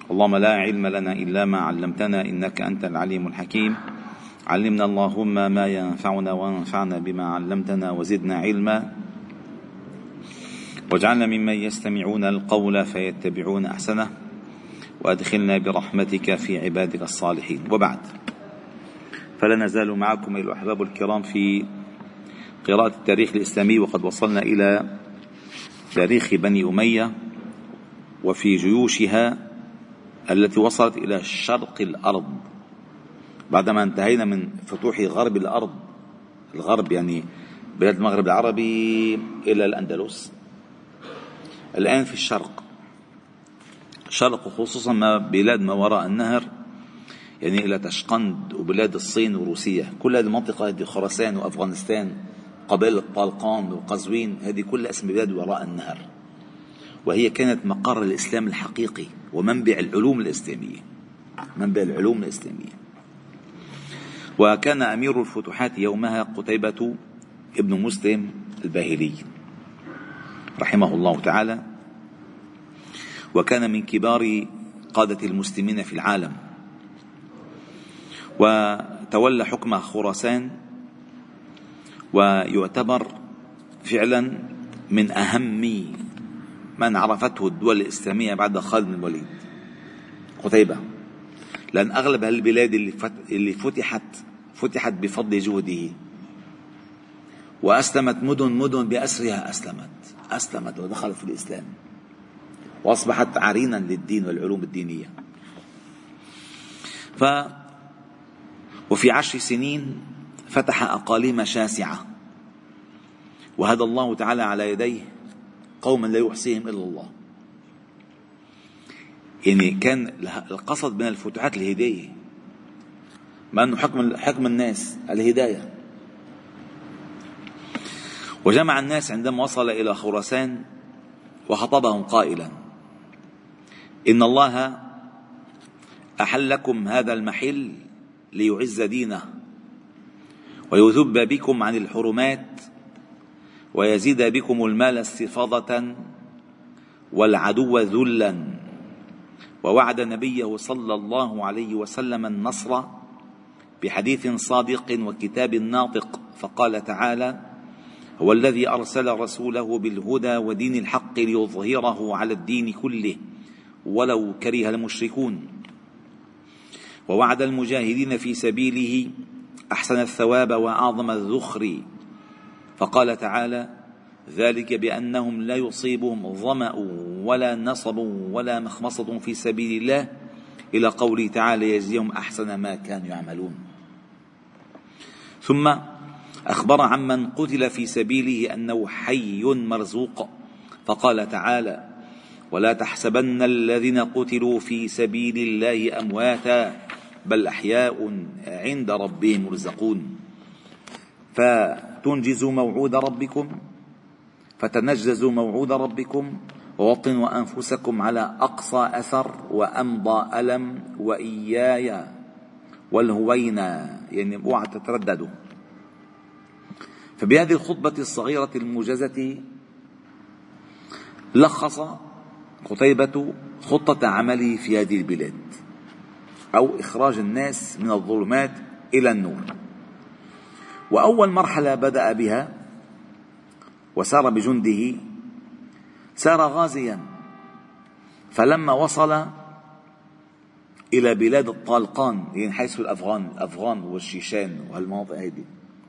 اللهم لا علم لنا إلا ما علمتنا إنك أنت العليم الحكيم. علمنا اللهم ما ينفعنا وانفعنا بما علمتنا وزدنا علما، واجعلنا ممن يستمعون القول فيتبعون أحسنه، وأدخلنا برحمتك في عبادك الصالحين. وبعد، فلا نزال معكم أيها الأحباب الكرام في قراءة التاريخ الإسلامي، وقد وصلنا إلى تاريخ بني أمية وفي جيوشها التي وصلت إلى شرق الأرض بعدما انتهينا من فتوح غرب الأرض. الغرب يعني بلاد المغرب العربي إلى الأندلس. الآن في الشرق، خصوصا بلاد ما وراء النهر، يعني إلى تشقند وبلاد الصين وروسيا. كل هذه المنطقة، هذه خراسان وأفغانستان، قبائل الطالقان وقزوين، هذه كل اسم بلاد وراء النهر، وهي كانت مقر الإسلام الحقيقي ومنبع العلوم الإسلامية. وكان أمير الفتوحات يومها قتيبة ابن مسلم الباهلي رحمه الله تعالى، وكان من كبار قادة المسلمين في العالم، وتولى حكم خراسان، ويعتبر فعلا من أهم من عرفته الدول الإسلامية بعد خالد بن الوليد قتيبة، لأن أغلب هالبلاد اللي فتحت بفضل جهده، وأسلمت مدن بأسرها أسلمت ودخلت في الإسلام، وأصبحت عرينا للدين والعلوم الدينية. وفي 10 سنين فتح أقاليم شاسعة، وهدى الله تعالى على يديه قوما لا يحصيهم إلا الله. يعني كان القصد من الفتوحات الهداية، ما أنه حكم الناس الهداية. وجمع الناس عندما وصل إلى خراسان وخطبهم قائلا: إن الله أحلكم هذا المحل ليعز دينه، ويذب بكم عن الحرمات، ويزيد بكم المال استفاضة والعدو ذلا، ووعد نبيه صلى الله عليه وسلم النصر بحديث صادق وكتاب ناطق، فقال تعالى: هو الذي أرسل رسوله بالهدى ودين الحق ليظهره على الدين كله ولو كره المشركون. ووعد المجاهدين في سبيله أحسن الثواب وأعظم الذخر، فقال تعالى: ذلك بأنهم لا يصيبهم ظمأ ولا نصب ولا مخمصة في سبيل الله، إلى قوله تعالى: يجزيهم أحسن ما كانوا يعملون. ثم أخبر عمن قتل في سبيله أنه حي مرزوق، فقال تعالى: ولا تحسبن الذين قتلوا في سبيل الله أمواتا بل أحياء عند ربهم يرزقون. فتنجزوا موعود ربكم ووطنوا أنفسكم على أقصى أثر وأمضى ألم وإياي والهوينا، يعني اوعى تترددوا. فبهذه الخطبة الصغيرة الموجزة لخص قتيبة خطة عمله في هذه البلاد، أو إخراج الناس من الظلمات إلى النور. وأول مرحلة بدأ بها وسار بجنده، سار غازيا، فلما وصل إلى بلاد الطالقان، يعني حيث الأفغان والشيشان وهالمناطق هذه،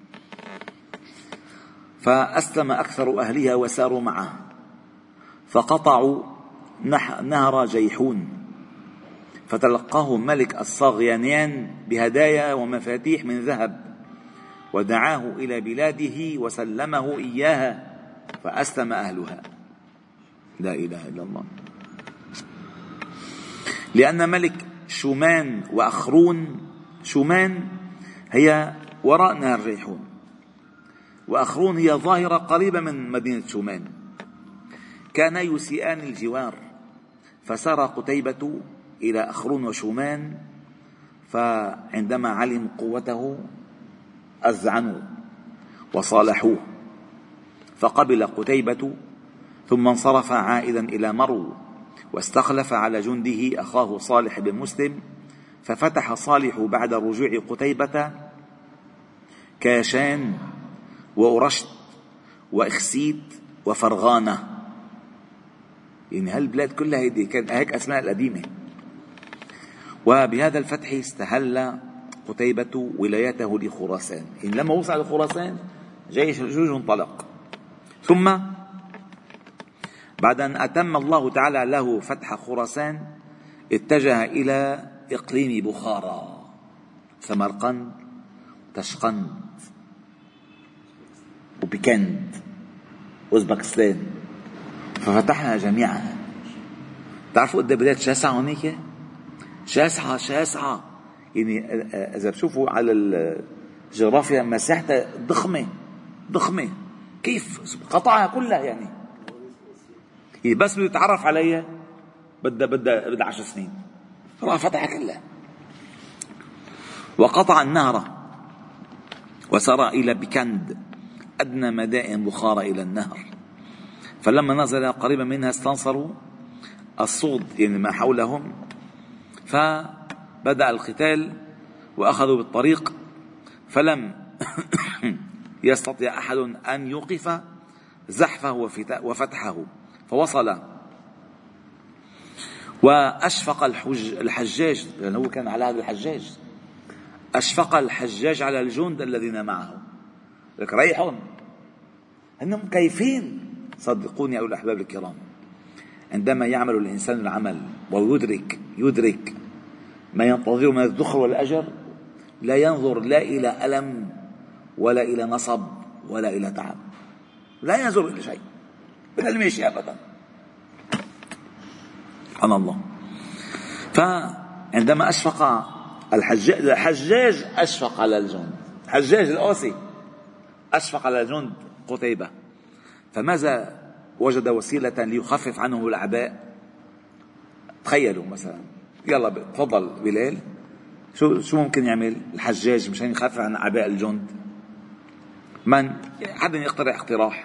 فأسلم أكثر أهلها وساروا معه، فقطعوا نهر جيحون، فتلقاه ملك الصاغيانيان بهدايا ومفاتيح من ذهب، ودعاه إلى بلاده وسلمه إياها، فأسلم أهلها. لا إله إلا الله. لأن ملك شومان وأخرون، شومان هي وراء نهر جيحون، وأخرون هي ظاهرة قريبة من مدينة شومان، كانا يسيئان الجوار. فسار قتيبة إلى أخرون وشومان، فعندما علموا قوته أذعنوا وصالحوه، فقبل قتيبة، ثم انصرف عائدا إلى مرو، واستخلف على جنده أخاه صالح بن مسلم، ففتح صالح بعد رجوع قتيبة كاشان وأرشت وإخسيت وفرغانة. يعني هالبلاد كلها هيدي كان هيك أسماء القديمة. وبهذا الفتح استهل قتيبة ولايته لخراسان. يعني لما وصل لخراسان جيش انطلق. ثم بعد أن أتم الله تعالى له فتح خراسان اتجه إلى إقليم بخارى، سمرقند، تشقند، وبكند، أوزبكستان، ففتحها جميعا. تعرفوا قد بلاد شاسعة هونيك؟ شاسعة يعني إذا بشوفوا على الجغرافيا مساحتها ضخمة كيف قطعها كلها يعني بس بده يتعرف عليها بدها 10 سنين راح فتحها كلها. وقطع النهر وسار إلى بكند أدنى مدائن بخارى إلى النهر، فلما نزل قريبا منها استنصروا الصود يعني ما حولهم، فبدأ القتال وأخذوا بالطريق، فلم يستطيع أحد أن يوقف زحفه وفتحه، فوصل. وأشفق الحجاج، لأنه هو كان على هذا الحجاج، أشفق الحجاج على الجند الذين معه، لك ريحهم أنهم كيفين. صدقوني يا أولي الأحباب الكرام، عندما يعمل الإنسان العمل ويدرك ما ينتظر من الذخر والأجر، لا ينظر لا إلى ألم ولا إلى نصب ولا إلى تعب، لا ينظر إلى شيء بدل المشي أبدا. سبحان الله. فعندما أشفق الحجاج أشفق على الجند، حجاج الأوسي أشفق على جند قتيبة، فماذا وجد وسيلة ليخفف عنه الأعباء. تخيلوا مثلا، يلا تفضل بلال، شو ممكن يعمل الحجاج مشان يخفف عن أعباء الجند؟ من حد يقترح اقتراح؟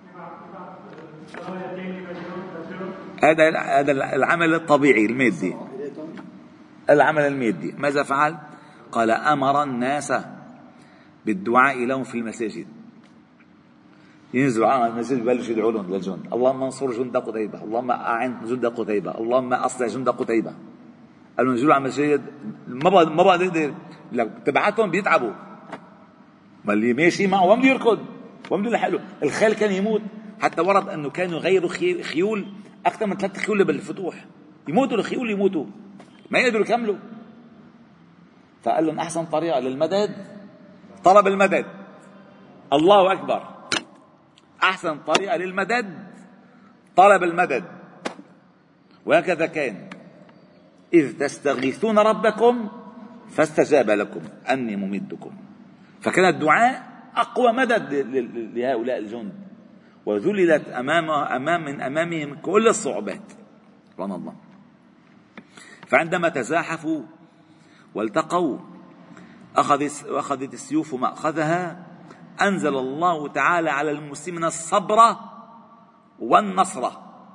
هذا العمل الطبيعي المادي، العمل المادي. ماذا فعل؟ قال أمر الناس بالدعاء لهم في المساجد، ينزلوا على المسجد يبلشوا يدعوا لهم للجند، اللهم انصر جند قتيبة، اللهم أعن جند قتيبة، اللهم أصلح جند قتيبة. قالوا ينزلوا على المسجد، ما بقى يقدر، تبعاتهم بيتعبوا، ما اللي ماشي معه وما بده يركض وما بده لحاله. الخيل كان يموت، حتى ورد أنه كانوا يغيروا خيول أكثر من 3 خيول بالفتوح، يموتوا الخيول يموتوا ما يقدروا يكملوا. فقال لهم أحسن طريقة للمدد طلب المدد. الله أكبر. أحسن طريقة للمدد طلب المدد. وهكذا كان، إذ تستغيثون ربكم فاستجاب لكم أني ممدكم. فكان الدعاء أقوى مدد لهؤلاء الجند، وذللت من أمامهم كل الصعوبات. سبحان الله. فعندما تزاحفوا والتقوا أخذت السيوف مأخذها، أنزل الله تعالى على المسلمين الصبر والنصر،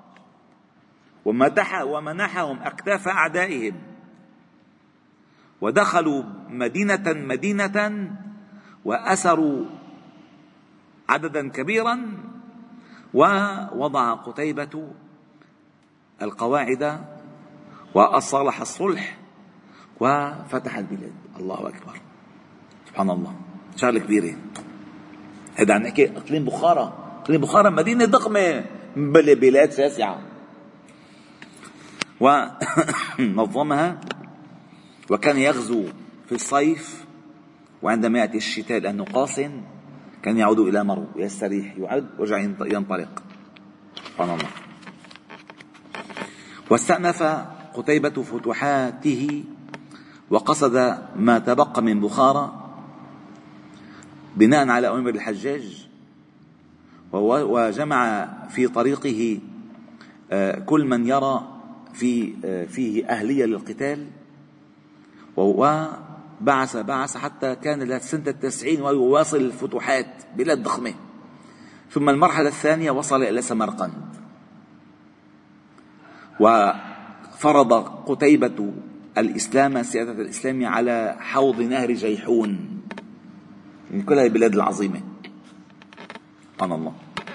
ومنحهم أكتاف أعدائهم، ودخلوا مدينة وأسروا عددا كبيرا، ووضع قتيبة القواعد وأصلح الصلح وفتح البلاد. الله أكبر. سبحان الله. شغلة كبيرة. هذا عم نحكي اقليم بخارى. اقليم بخارى مدينة ضخمة، بلاد شاسعة، ونظمها. وكان يغزو في الصيف، وعندما يأتي الشتاء لأنه قاص كان يعود إلى مرو يستريح، يعد ورجع ينطلق. سبحان الله. واستأنف قتيبة فتوحاته وقصد ما تبقى من بخارى بناء على أمر الحجاج، وجمع في طريقه كل من يرى فيه أهلية للقتال، وبعث حتى كان سنة 90 ويواصل الفتوحات بلاد ضخمة. ثم المرحلة الثانية وصل إلى سمرقند، وفرض قتيبة الإسلام، سيادة الإسلام على حوض نهر جيحون من كل هذه البلاد العظيمة، سبحان الله.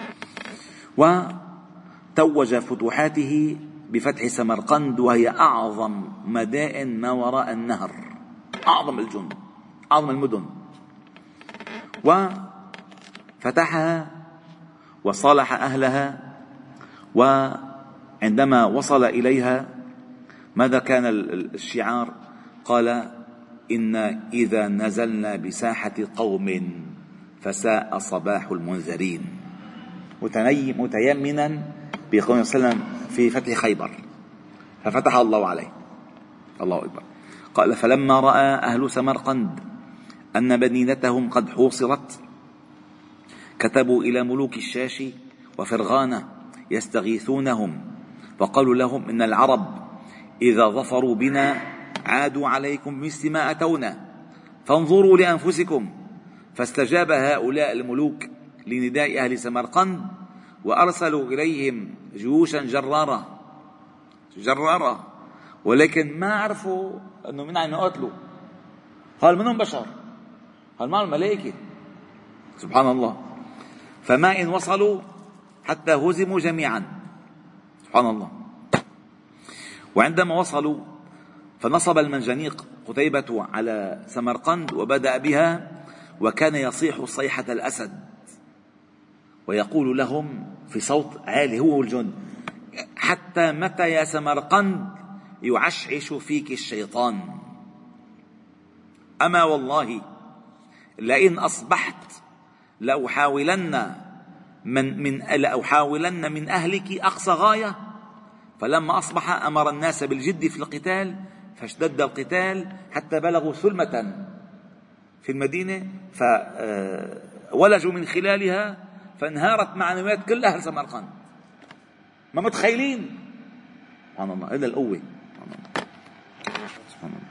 وتوج فتوحاته بفتح سمرقند، وهي أعظم مدائن ما وراء النهر، أعظم الجند، أعظم المدن، وفتحها وصالح أهلها. وعندما وصل إليها ماذا كان الشعار؟ قال: إن إذا نزلنا بساحة قوم فساء صباح المنذرين، متيمنا بقوله صلى الله عليه وسلم في فتح خيبر، ففتح الله عليه. الله أكبر. قال: فلما رأى أهل سمرقند أن مدينتهم قد حوصرت كتبوا إلى ملوك الشاش وفرغانة يستغيثونهم، وقالوا لهم: إن العرب إذا ظفروا بنا عادوا عليكم بمثل ما أتونا، فانظروا لأنفسكم. فاستجاب هؤلاء الملوك لنداء أهل سمرقند، وأرسلوا إليهم جيوشا جرارة، ولكن ما عرفوا أنه من عين يقتلوا. قال: منهم بشر، قال: معهم ملائكة، سبحان الله. فما إن وصلوا حتى هزموا جميعا، سبحان الله. وعندما وصلوا فنصب المنجنيق قتيبة على سمرقند وبدأ بها، وكان يصيح صيحة الأسد ويقول لهم في صوت عالي هو والجند: حتى متى يا سمرقند يعشعش فيك الشيطان؟ أما والله لئن أصبحت لأحاولن من أهلك أقصى غاية. فلما أصبح أمر الناس بالجد في القتال، فاشتد القتال حتى بلغوا ثلمة في المدينة، فولجوا من خلالها، فانهارت معنويات كل أهل سمرقند. ما متخيلين، سبحان الله، هذا القوة، سبحان الله.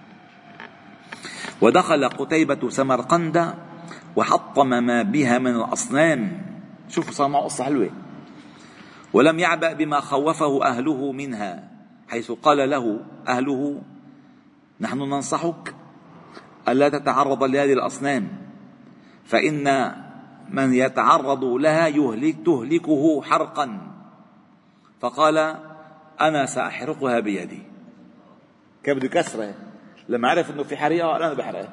ودخل قتيبة سمرقند وحطم ما بها من الأصنام. شوفوا، صار معه قصة حلوة. ولم يعبأ بما خوفه أهله منها، حيث قال له أهله: نحن ننصحك ألا تتعرض لهذه الأصنام، فإن من يتعرض لها تهلكه حرقا. فقال: أنا سأحرقها بيدي. كان بده يكسرها، لما عرف أنه في حريقة أنا بحرقها.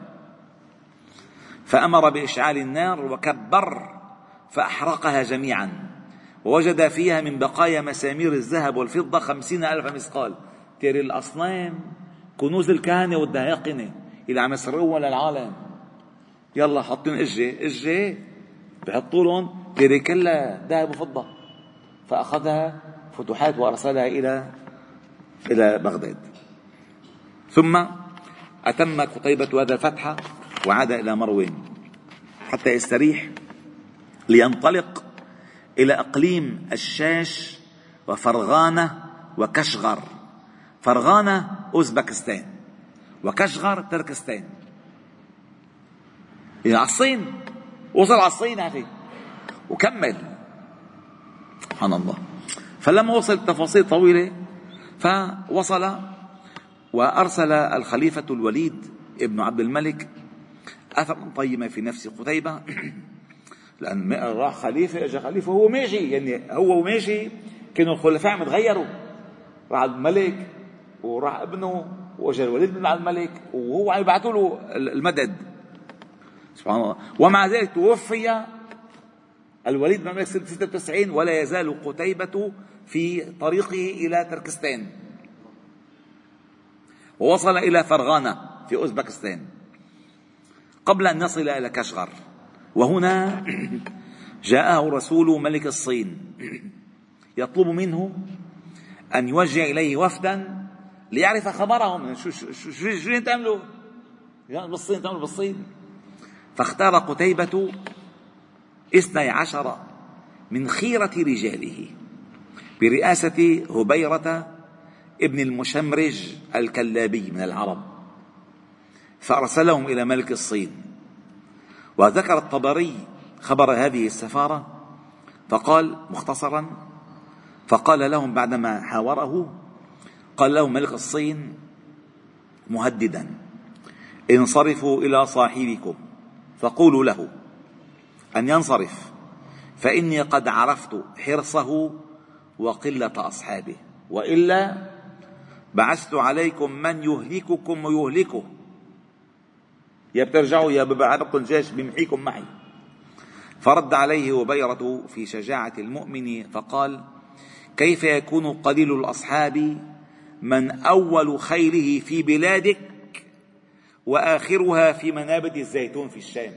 فأمر بإشعال النار وكبر فأحرقها جميعا، ووجد فيها من بقايا مسامير الذهب والفضة 50,000 مثقال. ترى الأصنام كنوز الكهنة والدهاقنة اللي عم يسرقوها للعالم، يلا حاطين إجة بحطوا لهم ترى كلها ذهب وفضة. فأخذها فتوحات وأرسلها إلى بغداد. ثم أتم قتيبة هذا الفتح وعاد إلى مروان حتى يستريح، لينطلق إلى إقليم الشاش وفرغانة وكشغر. فرغانة أوزبكستان، وكشغر تركستان. إلى الصين، وصل على الصين هذه وكمل، سبحان الله. فلما وصل تفاصيل طويلة، فوصل وأرسل الخليفة الوليد ابن عبد الملك أثرا طيبا في نفس قتيبة، لأن راح خليفة اجى خليفة هو ماشي، يعني هو ماشي كانوا الخلفاء متغيروا، راح عبد الملك وراح ابنه واجى الوليد بن عبد الملك، وهو عم يبعثوا له المدد، سبحان الله. ومع ذلك توفي الوليد بن عبد الملك سنة 96، ولا يزال قتيبة في طريقه إلى تركستان، ووصل إلى فرغانة في أوزبكستان قبل أن يصل إلى كشغر. وهنا جاءه رسول ملك الصين يطلب منه أن يوجه إليه وفدا ليعرف خبرهم. شو تعملوا بالصين؟ تعملوا بالصين. فاختار قتيبة 12 من خيرة رجاله برئاسة هبيرة ابن المشمرج الكلابي من العرب، فأرسلهم إلى ملك الصين. وذكر الطبري خبر هذه السفارة فقال مختصرا: فقال لهم بعدما حاوره: قال له ملك الصين مهددا: انصرفوا إلى صاحبكم فقولوا له أن ينصرف، فإني قد عرفت حرصه وقلة أصحابه، وإلا بعثت عليكم من يهلككم ويهلكه، يا بترجعوا يا ببعث لكم جيش بيمحيكم معي. فرد عليه هبيرة في شجاعة المؤمن فقال: كيف يكون قليل الأصحاب من أول خيله في بلادك وآخرها في منابت الزيتون في الشام؟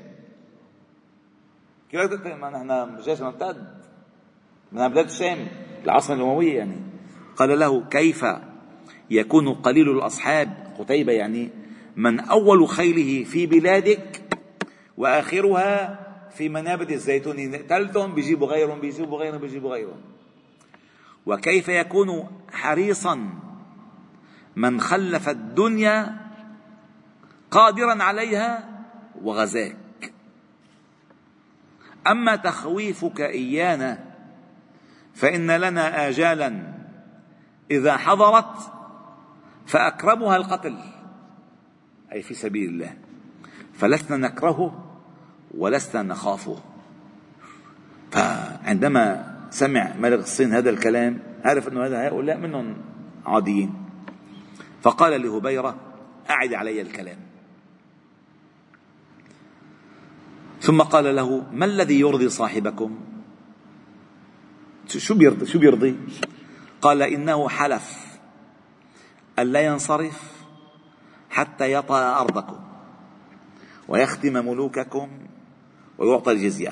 كيف نحن جيش ممتد من بلاد الشام العاصمة الأموية يعني. قال له: كيف يكون قليل الأصحاب، قتيبة يعني، من أول خيله في بلادك وآخرها في منابت الزيتون، نقتلتهم بيجيبوا غيرهم بيجيبوا غيرهم بيجيبوا غيرهم. وكيف يكون حريصا من خلف الدنيا قادرا عليها وغزاك. أما تخويفك إيانا فإن لنا آجالا إذا حضرت فأكرمها القتل، أي في سبيل الله، فلسنا نكرهه ولسنا نخافه. فعندما سمع ملك الصين هذا الكلام عرف أن هؤلاء منهم عاديين، فقال لهبيرة: أعد علي الكلام. ثم قال له: ما الذي يرضي صاحبكم؟ شو بيرضي؟ قال: إنه حلف أن لا ينصرف حتى يطأ أرضكم ويختم ملوككم ويعطى الجزية.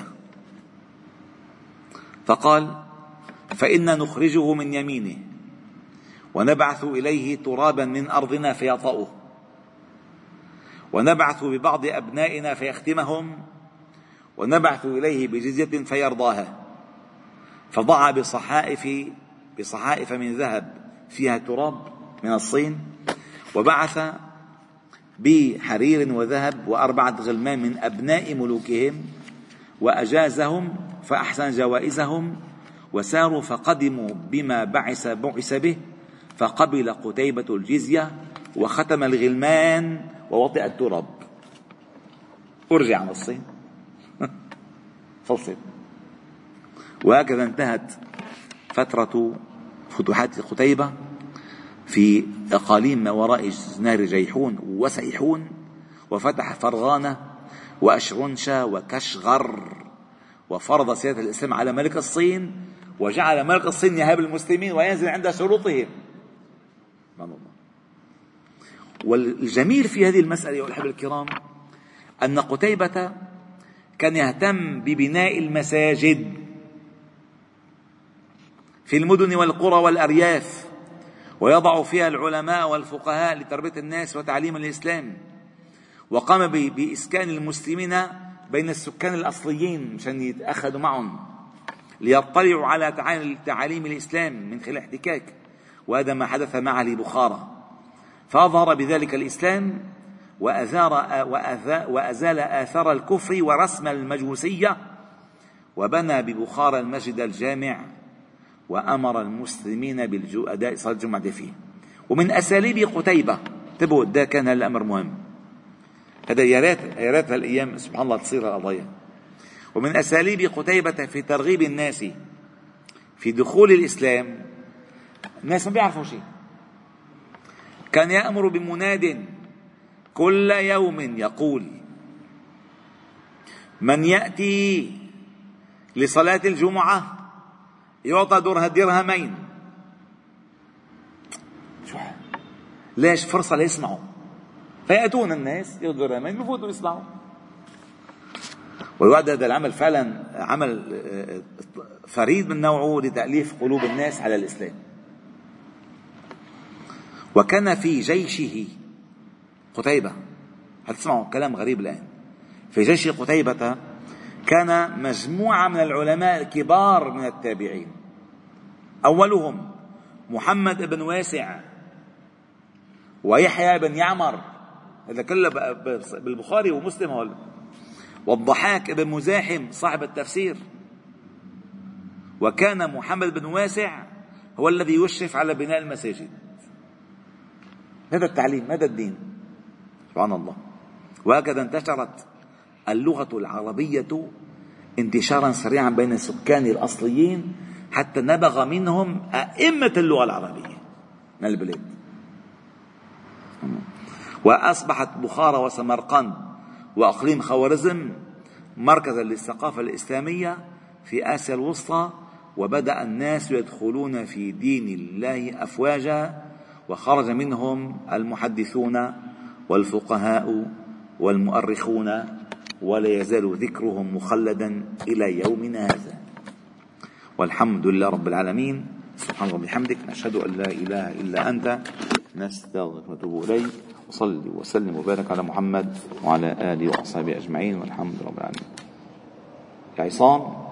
فقال: فإنا نخرجه من يمينه ونبعث إليه ترابا من أرضنا فيطأه، ونبعث ببعض أبنائنا فيختمهم، ونبعث إليه بجزية فيرضاها. فضع بصحائف من ذهب فيها تراب من الصين، وبعث بحرير وذهب و4 غلمان من أبناء ملوكهم، وأجازهم فأحسن جوائزهم، وساروا فقدموا بما بعث به، فقبل قتيبة الجزية وختم الغلمان ووطئ التراب. ارجع عن الصين. خلصت. وهكذا انتهت فترة فتوحات قتيبة في أقاليم ما وراء نهر جيحون وسيحون، وفتح فرغانة وأشرنشة وكشغر، وفرض سيادة الإسلام على ملك الصين، وجعل ملك الصين يهاب المسلمين وينزل عند شروطهم. والجميل في هذه المسألة يا الأحبة الكرام أن قتيبة كان يهتم ببناء المساجد في المدن والقرى والأرياف، ويضع فيها العلماء والفقهاء لتربية الناس وتعليم الإسلام، وقام بإسكان المسلمين بين السكان الأصليين مشان يتأخذوا معهم ليطلعوا على تعاليم الإسلام من خلال احتكاك. وهذا ما حدث مع أهل بخارى، فأظهر بذلك الإسلام وأزال آثار الكفر ورسم المجوسية، وبنى ببخارى المسجد الجامع، وأمر المسلمين بأداء صلاة الجمعة فيه. ومن أساليب قتيبة، انتبهوا ده كان الأمر مهم، هذا يا ريت هالأيام سبحان الله تصير القضايا. ومن أساليب قتيبة في ترغيب الناس في دخول الإسلام، الناس ما بيعرفوا شيء، كان يأمر بمناد كل يوم يقول: من يأتي لصلاة الجمعة يعطى درهمين. ليش؟ فرصة ليسمعوا، فيأتون الناس يأخذوا درهمين بفوتوا يسمعوا. والوقت هذا العمل فعلا عمل فريد من نوعه لتأليف قلوب الناس على الإسلام. وكان في جيشه قتيبة، هتسمعوا كلام غريب الآن، في جيش قتيبة كان مجموعة من العلماء الكبار من التابعين، أولهم محمد بن واسع ويحيى بن يعمر، هذا كله بالبخاري ومسلم، والضحاك بن مزاحم صاحب التفسير. وكان محمد بن واسع هو الذي يشرف على بناء المساجد، هذا التعليم، هذا الدين. سبحان الله. وهكذا انتشرت اللغة العربية انتشارا سريعا بين السكان الأصليين، حتى نبغ منهم أئمة اللغة العربية من البلاد. وأصبحت بخارى وسمرقند وأقليم خوارزم مركزا للثقافة الإسلامية في آسيا الوسطى، وبدأ الناس يدخلون في دين الله أفواجا، وخرج منهم المحدثون والفقهاء والمؤرخون، ولا يزال ذكرهم مخلدا إلى يومنا هذا. والحمد لله رب العالمين. سبحان الله وبحمدك، نشهد أن لا إله إلا أنت، نستغفرك ونتوب إليك. وصلي وسلم وبارك على محمد وعلى آله وأصحابه أجمعين، والحمد لله رب العالمين. يا عصام.